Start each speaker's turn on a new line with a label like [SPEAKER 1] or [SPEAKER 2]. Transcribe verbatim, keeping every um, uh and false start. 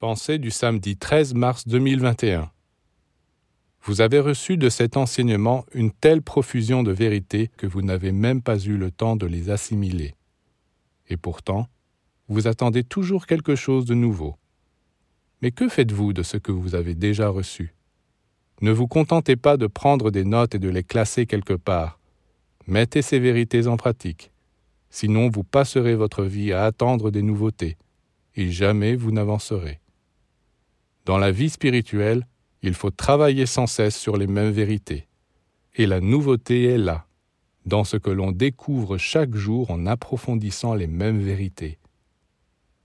[SPEAKER 1] Pensée du samedi treize mars deux mille vingt et un. Vous avez reçu de cet enseignement une telle profusion de vérités que vous n'avez même pas eu le temps de les assimiler. Et pourtant, vous attendez toujours quelque chose de nouveau. Mais que faites-vous de ce que vous avez déjà reçu? Ne vous contentez pas de prendre des notes et de les classer quelque part. Mettez ces vérités en pratique. Sinon, vous passerez votre vie à attendre des nouveautés, et jamais vous n'avancerez. Dans la vie spirituelle, il faut travailler sans cesse sur les mêmes vérités. Et la nouveauté est là, dans ce que l'on découvre chaque jour en approfondissant les mêmes vérités.